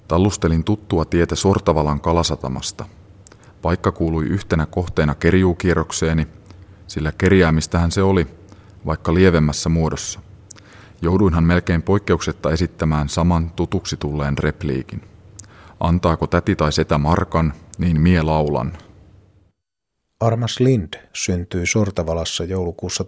Tallustelin tuttua tietä Sortavalan kalasatamasta. Paikka kuului yhtenä kohteena kerjuukierrokseeni, sillä kerjäämistähän se oli, vaikka lievemmässä muodossa. Jouduinhan melkein poikkeuksetta esittämään saman tutuksi tulleen repliikin. Antaako täti tai setä markan, niin mie laulan. Armas Lind syntyi Sortavalassa joulukuussa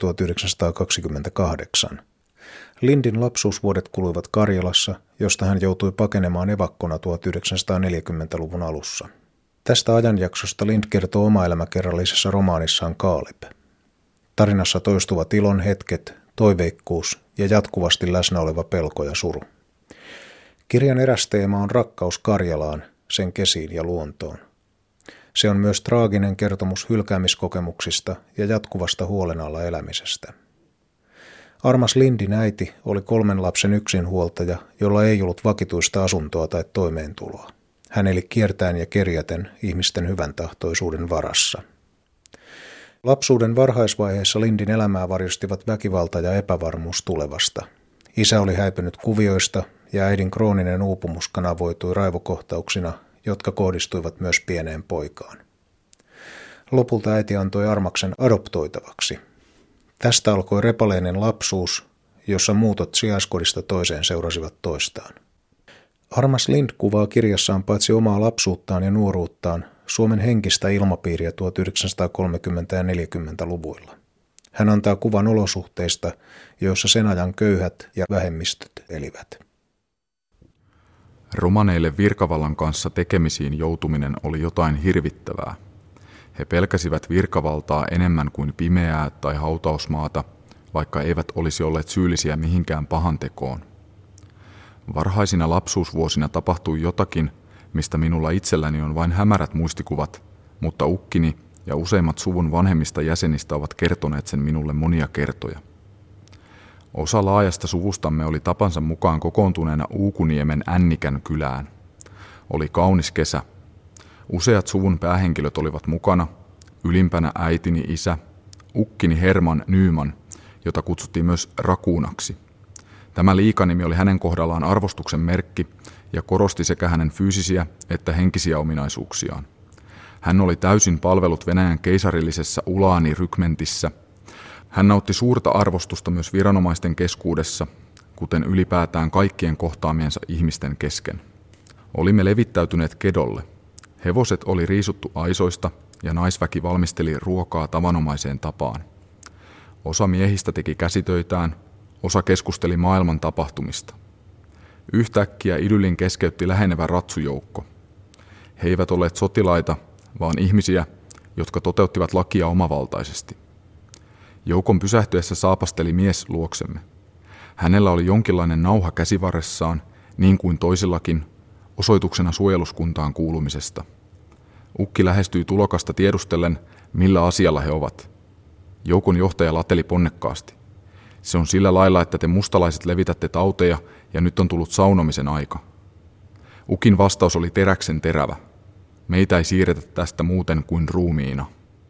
1928. Lindin lapsuusvuodet kuluivat Karjalassa, josta hän joutui pakenemaan evakkona 1940-luvun alussa. Tästä ajanjaksosta Lind kertoo omaelämäkerrallisessa romaanissaan Kaaleb. Tarinassa toistuvat ilon hetket, toiveikkuus ja jatkuvasti läsnä oleva pelko ja suru. Kirjan eräs teema on rakkaus Karjalaan, sen kesiin ja luontoon. Se on myös traaginen kertomus hylkäämiskokemuksista ja jatkuvasta huolen alla elämisestä. Armas Lindin äiti oli 3 lapsen yksinhuoltaja, jolla ei ollut vakituista asuntoa tai toimeentuloa. Hän eli kiertäen ja kerjäten ihmisten hyväntahtoisuuden varassa. Lapsuuden varhaisvaiheessa Lindin elämää varjostivat väkivalta ja epävarmuus tulevasta. Isä oli häipynyt kuvioista ja äidin krooninen uupumus kanavoitui raivokohtauksina, jotka kohdistuivat myös pieneen poikaan. Lopulta äiti antoi Armaksen adoptoitavaksi. Tästä alkoi repaleinen lapsuus, jossa muutot sijaiskodista toiseen seurasivat toistaan. Armas Lind kuvaa kirjassaan paitsi omaa lapsuuttaan ja nuoruuttaan Suomen henkistä ilmapiiriä 1930- ja 40-luvuilla. Hän antaa kuvan olosuhteista, joissa sen ajan köyhät ja vähemmistöt elivät. Romaneille Virkavallan kanssa tekemisiin joutuminen oli jotain hirvittävää. He pelkäsivät virkavaltaa enemmän kuin pimeää tai hautausmaata, vaikka eivät olisi olleet syyllisiä mihinkään pahantekoon. Varhaisina lapsuusvuosina tapahtui jotakin, mistä minulla itselläni on vain hämärät muistikuvat, mutta ukkini ja useimmat suvun vanhemmista jäsenistä ovat kertoneet sen minulle monia kertoja. Osa laajasta suvustamme oli tapansa mukaan kokoontuneena Uukuniemen Ännikän kylään. Oli kaunis kesä. Useat suvun päähenkilöt olivat mukana, ylimpänä äitini isä, ukkini Herman Nyman, jota kutsuttiin myös Rakuunaksi. Tämä liikanimi oli hänen kohdallaan arvostuksen merkki ja korosti sekä hänen fyysisiä että henkisiä ominaisuuksiaan. Hän oli täysin palvellut Venäjän keisarillisessa ulaani-rykmentissä. Hän nautti suurta arvostusta myös viranomaisten keskuudessa, kuten ylipäätään kaikkien kohtaamiensa ihmisten kesken. Olimme levittäytyneet kedolle. Hevoset oli riisuttu aisoista ja naisväki valmisteli ruokaa tavanomaiseen tapaan. Osa miehistä teki käsitöitään, osa keskusteli maailman tapahtumista. Yhtäkkiä idyllin keskeytti lähenevä ratsujoukko. He eivät olleet sotilaita, vaan ihmisiä, jotka toteuttivat lakia omavaltaisesti. Joukon pysähtyessä saapasteli mies luoksemme. Hänellä oli jonkinlainen nauha käsivarressaan, niin kuin toisillakin, osoituksena suojeluskuntaan kuulumisesta. Ukki lähestyi tulokasta tiedustellen, millä asialla he ovat. Joukon johtaja lateli ponnekkaasti. Se on sillä lailla, että te mustalaiset levitätte tauteja ja nyt on tullut saunomisen aika. Ukin vastaus oli teräksen terävä. Meitä ei siirretä tästä muuten kuin ruumiina.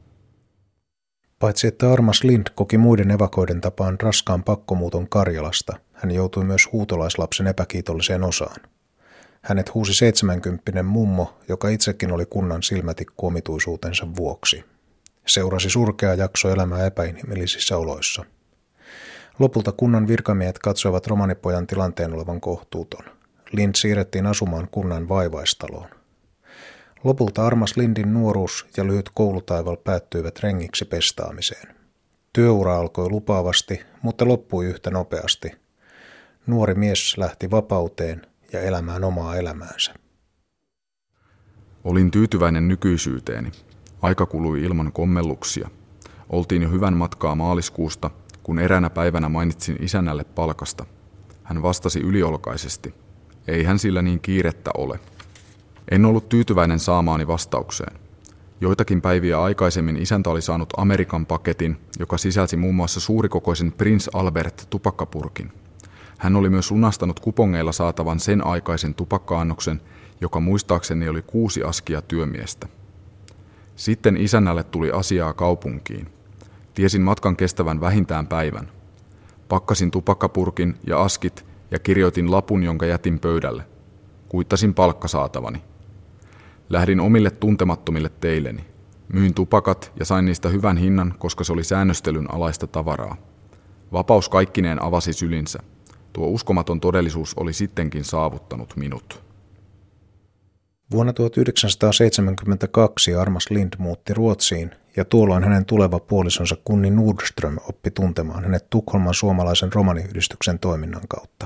Paitsi että Armas Lind koki muiden evakoiden tapaan raskaan pakkomuuton Karjalasta, hän joutui myös huutolaislapsen epäkiitolliseen osaan. Hänet huusi 70 mummo, joka itsekin oli kunnan silmätikku omituisuutensa vuoksi. Seurasi surkea jakso elämää epäinhimillisissä oloissa. Lopulta kunnan virkamiehet katsoivat romanipojan tilanteen olevan kohtuuton. Lind siirrettiin asumaan kunnan vaivaistaloon. Lopulta Armas Lindin nuoruus ja lyhyt koulutaival päättyivät rengiksi pestaamiseen. Työura alkoi lupaavasti, mutta loppui yhtä nopeasti. Nuori mies lähti vapauteen ja elämään omaa elämäänsä. Olin tyytyväinen nykyisyyteeni. Aika kului ilman kommelluksia. Oltiin jo hyvän matkaa maaliskuusta, kun eräänä päivänä mainitsin isännälle palkasta. Hän vastasi yliolkaisesti. Ei hän sillä niin kiirettä ole. En ollut tyytyväinen saamaani vastaukseen. Joitakin päiviä aikaisemmin isäntä oli saanut Amerikan paketin, joka sisälsi muun muassa suurikokoisen Prince Albert tupakkapurkin. Hän oli myös lunastanut kupongeilla saatavan sen aikaisen tupakka-annoksen, joka muistaakseni oli 6 askia työmiestä. Sitten isännälle tuli asiaa kaupunkiin. Tiesin matkan kestävän vähintään päivän. Pakkasin tupakkapurkin ja askit ja kirjoitin lapun, jonka jätin pöydälle. Kuittasin palkkasaatavani. Lähdin omille tuntemattomille teilleni. Myin tupakat ja sain niistä hyvän hinnan, koska se oli säännöstelyn alaista tavaraa. Vapaus kaikkineen avasi sylinsä. Tuo uskomaton todellisuus oli sittenkin saavuttanut minut. Vuonna 1972 Armas Lind muutti Ruotsiin ja tuolloin hänen tuleva puolisonsa Gunni Nordström oppi tuntemaan hänet Tukholman suomalaisen romaniyhdistyksen toiminnan kautta.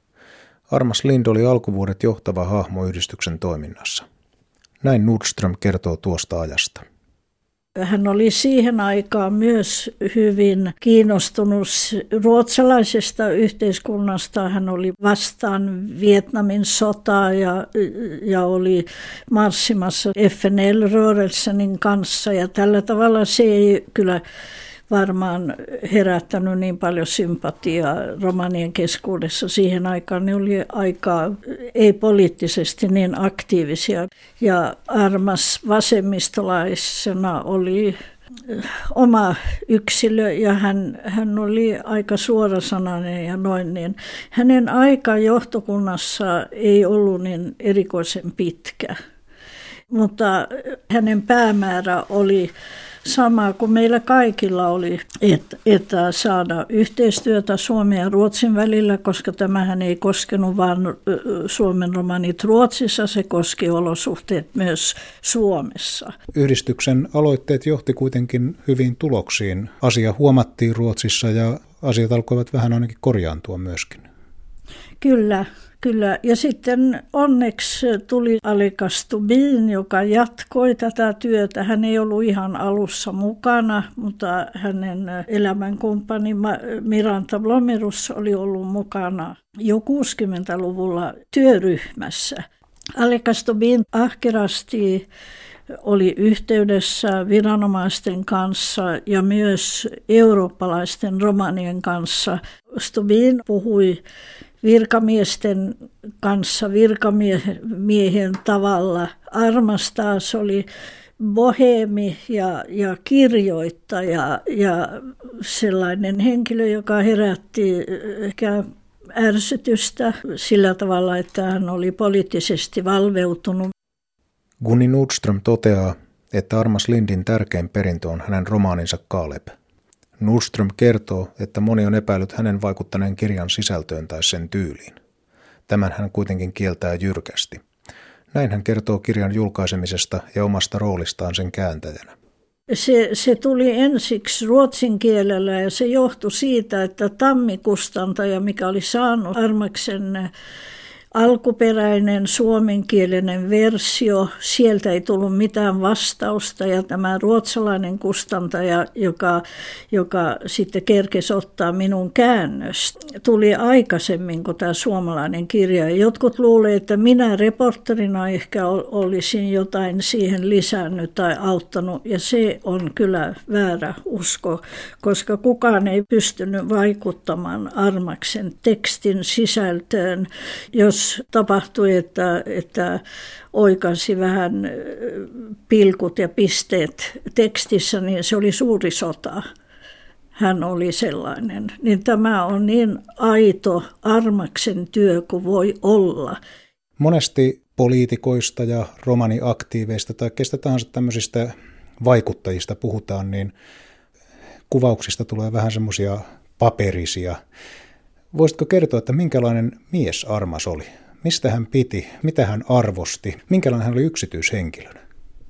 Armas Lind oli alkuvuodet johtava hahmo yhdistyksen toiminnassa. Näin Nordström kertoo tuosta ajasta. Hän oli siihen aikaan myös hyvin kiinnostunut ruotsalaisesta yhteiskunnasta. Hän oli vastaan Vietnamin sotaa ja oli marssimassa FNL-rörelsenin kanssa. Ja tällä tavalla se ei kyllä varmaan herättänyt niin paljon sympatiaa romanien keskuudessa siihen aikaan. Ne oli aika ei-poliittisesti niin aktiivisia. Ja Armas vasemmistolaisena oli oma yksilö ja hän oli aika suorasanainen ja noin. Niin hänen aika johtokunnassa ei ollut niin erikoisen pitkä, mutta hänen päämäärä oli sama kuin meillä kaikilla oli, että saada yhteistyötä Suomen ja Ruotsin välillä, koska tämähän ei koskenut vain Suomen romanit Ruotsissa, se koski olosuhteet myös Suomessa. Yhdistyksen aloitteet johti kuitenkin hyviin tuloksiin. Asia huomattiin Ruotsissa ja asiat alkoivat vähän ainakin korjaantua myöskin. Kyllä. Ja sitten onneksi tuli Aleka Stubin, joka jatkoi tätä työtä. Hän ei ollut ihan alussa mukana, mutta hänen elämänkumppani Miranta Blomerus oli ollut mukana jo 60-luvulla työryhmässä. Aleka Stubin ahkerasti oli yhteydessä viranomaisten kanssa ja myös eurooppalaisten romanien kanssa. Stubin puhui virkamiesten kanssa virkamiehen tavalla. Armas taas oli boheemi ja kirjoittaja ja sellainen henkilö, joka herätti ehkä ärsytystä sillä tavalla, että hän oli poliittisesti valveutunut. Gunni Nordström toteaa, että Armas Lindin tärkein perintö on hänen romaaninsa Kaleb. Nordström kertoo, että moni on epäillyt hänen vaikuttaneen kirjan sisältöön tai sen tyyliin. Tämän hän kuitenkin kieltää jyrkästi. Näin hän kertoo kirjan julkaisemisesta ja omasta roolistaan sen kääntäjänä. Se tuli ensiksi ruotsin kielellä ja se johtui siitä, että Tammi-kustantaja, mikä oli saanut Armaksen alkuperäinen suomenkielinen versio, sieltä ei tullut mitään vastausta ja tämä ruotsalainen kustantaja, joka sitten kerkesi ottaa minun käännöstä, tuli aikaisemmin kuin tämä suomalainen kirja. Ja jotkut luulee, että minä reporterina ehkä olisin jotain siihen lisännyt tai auttanut ja se on kyllä väärä usko, koska kukaan ei pystynyt vaikuttamaan Armaksen tekstin sisältöön, jos tapahtui, että oikasi vähän pilkut ja pisteet tekstissä, niin se oli suuri sota. Hän oli sellainen. Niin tämä on niin aito Armaksen työ kuin voi olla. Monesti poliitikoista ja romaniaktiiveista tai kestä tahansa tämmöisistä vaikuttajista puhutaan, niin kuvauksista tulee vähän semmoisia paperisia. Voisitko kertoa, että minkälainen mies Armas oli? Mistä hän piti? Mitä hän arvosti? Minkälainen hän oli yksityishenkilönä?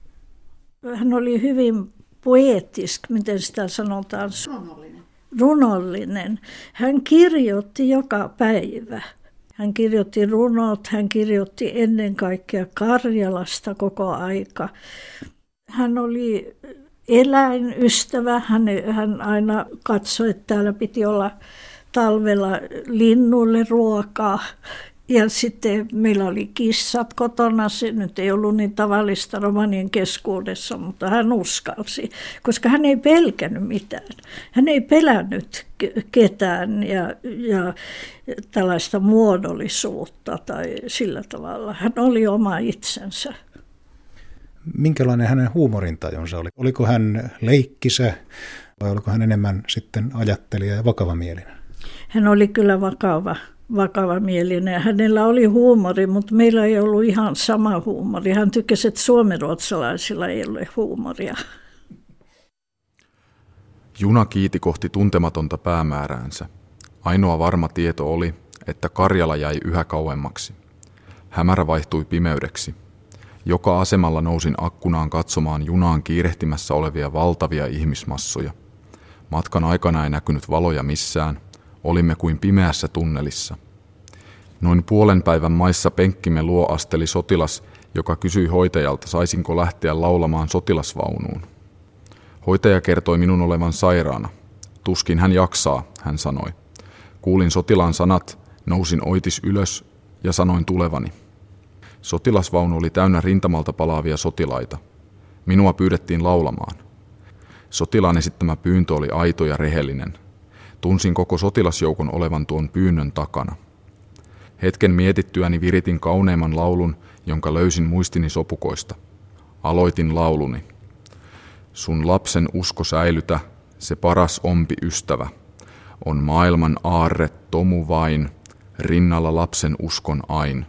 Hän oli hyvin poeettinen, miten sitä sanotaan? Runollinen. Hän kirjoitti joka päivä. Hän kirjoitti runot, hän kirjoitti ennen kaikkea Karjalasta koko aika. Hän oli eläinystävä. Hän aina katsoi, että täällä piti olla talvella linnuille ruokaa ja sitten meillä oli kissat kotona. Se nyt ei ollut niin tavallista romanien keskuudessa, mutta hän uskalsi, koska hän ei pelkännyt mitään. Hän ei pelännyt ketään ja tällaista muodollisuutta tai sillä tavalla. Hän oli oma itsensä. Minkälainen hänen huumorintajonsa oli? Oliko hän leikkisä vai oliko hän enemmän sitten ajattelija ja vakavamielinen? Hän oli kyllä vakava vakavamielinen. Hänellä oli huumori, mutta meillä ei ollut ihan sama huumori. Hän tykkäsi, että suomenruotsalaisilla ei ole huumoria. Juna kiiti kohti tuntematonta päämääräänsä. Ainoa varma tieto oli, että Karjala jäi yhä kauemmaksi. Hämärä vaihtui pimeydeksi. Joka asemalla nousin akkunaan katsomaan junaan kiirehtimässä olevia valtavia ihmismassoja. Matkan aikana ei näkynyt valoja missään. Olimme kuin pimeässä tunnelissa. Noin puolen päivän maissa penkkimme luo asteli sotilas, joka kysyi hoitajalta, saisinko lähteä laulamaan sotilasvaunuun. Hoitaja kertoi minun olevan sairaana. Tuskin hän jaksaa, hän sanoi. Kuulin sotilaan sanat, nousin oitis ylös ja sanoin tulevani. Sotilasvaunu oli täynnä rintamalta palaavia sotilaita. Minua pyydettiin laulamaan. Sotilaan esittämä pyyntö oli aito ja rehellinen. Tunsin koko sotilasjoukon olevan tuon pyynnön takana. Hetken mietittyäni viritin kauneimman laulun, jonka löysin muistini sopukoista. Aloitin lauluni. Sun lapsen usko säilytä, se paras ompi ystävä. On maailman aarre tomu vain, rinnalla lapsen uskon ain.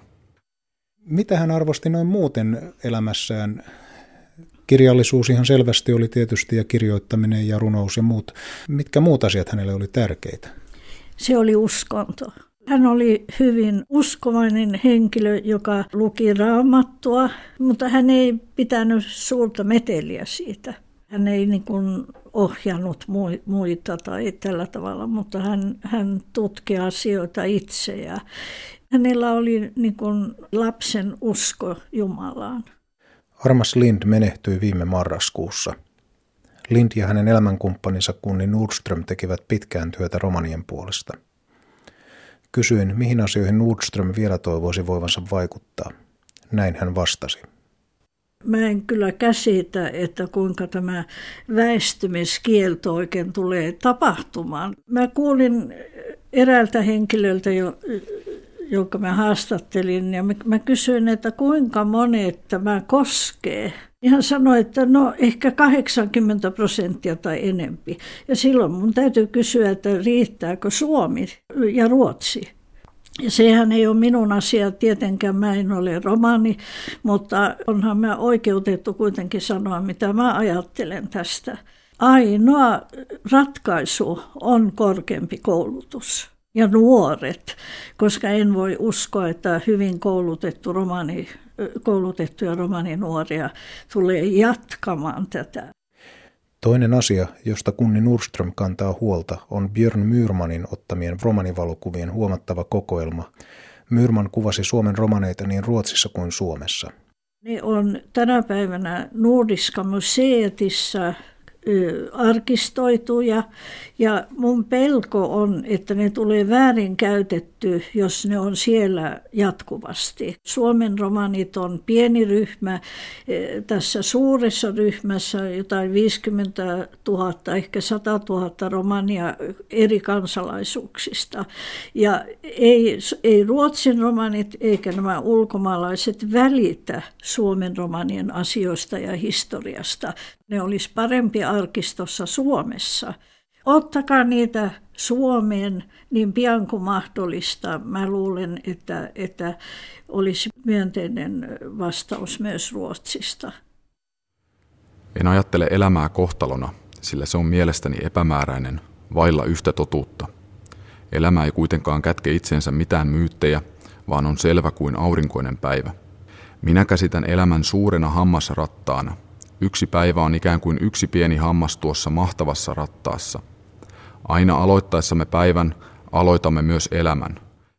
Mitä hän arvosti noin muuten elämässään? Kirjallisuus ihan selvästi oli tietysti ja kirjoittaminen ja runous ja muut. Mitkä muut asiat hänelle oli tärkeitä? Se oli uskonto. Hän oli hyvin uskovainen henkilö, joka luki Raamattua, mutta hän ei pitänyt suurta meteliä siitä. Hän ei niin kuin ohjannut muita tai tällä tavalla, mutta hän tutki asioita itse. Ja hänellä oli niin kuin lapsen usko Jumalaan. Armas Lind menehtyi viime marraskuussa. Lind ja hänen elämänkumppaninsa Kunni Nordström tekivät pitkään työtä romanien puolesta. Kysyin, mihin asioihin Nordström vielä toivoisi voivansa vaikuttaa. Näin hän vastasi. Mä en kyllä käsitä, että kuinka tämä väistymiskielto oikein tulee tapahtumaan. Mä kuulin eräältä henkilöltä, jonka mä haastattelin, ja mä kysyin, että kuinka monet tämä koskee. Hän sanoi, että no ehkä 80% tai enempi. Ja silloin mun täytyy kysyä, että riittääkö Suomi ja Ruotsi. Ja sehän ei ole minun asia, tietenkään mä en ole romani, mutta onhan mä oikeutettu kuitenkin sanoa, mitä mä ajattelen tästä. Ainoa ratkaisu on korkeampi koulutus ja nuoret, koska en voi uskoa, että hyvin koulutettuja romaninuoria tulee jatkamaan tätä. Toinen asia, josta Kunni Nordström kantaa huolta, on Björn Myyrmanin ottamien romanivalokuvien huomattava kokoelma. Myyrman kuvasi Suomen romaneita niin Ruotsissa kuin Suomessa. Ne on tänä päivänä Nordiska museetissa arkistoituja ja mun pelko on, että ne tulee väärinkäytetty, jos ne on siellä jatkuvasti. Suomen romanit on pieni ryhmä, tässä suuressa ryhmässä jotain 50 000, ehkä 100 000 romania eri kansalaisuuksista. Ja ei Ruotsin romanit eikä nämä ulkomaalaiset välitä Suomen romanien asioista ja historiasta. Ne olisi parempi arkistossa Suomessa. Ottakaa niitä Suomeen niin pian kuin mahdollista. Mä luulen, että olisi myönteinen vastaus myös Ruotsista. En ajattele elämää kohtalona, sillä se on mielestäni epämääräinen, vailla yhtä totuutta. Elämä ei kuitenkaan kätke itseensä mitään myyttejä, vaan on selvä kuin aurinkoinen päivä. Minä käsitän elämän suurena hammasrattaana. Yksi päivä on ikään kuin yksi pieni hammas tuossa mahtavassa rattaassa. Aina aloittaessamme päivän aloitamme myös elämän.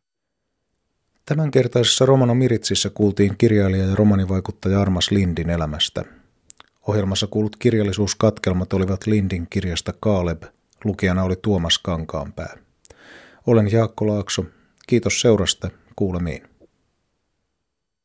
Tämänkertaisessa Romano Miritsissä kuultiin kirjailija ja romanivaikuttaja Armas Lindin elämästä. Ohjelmassa kuullut kirjallisuuskatkelmat olivat Lindin kirjasta Kaaleb, lukijana oli Tuomas Kankaanpää. Olen Jaakko Laakso. Kiitos seurasta. Kuulemiin.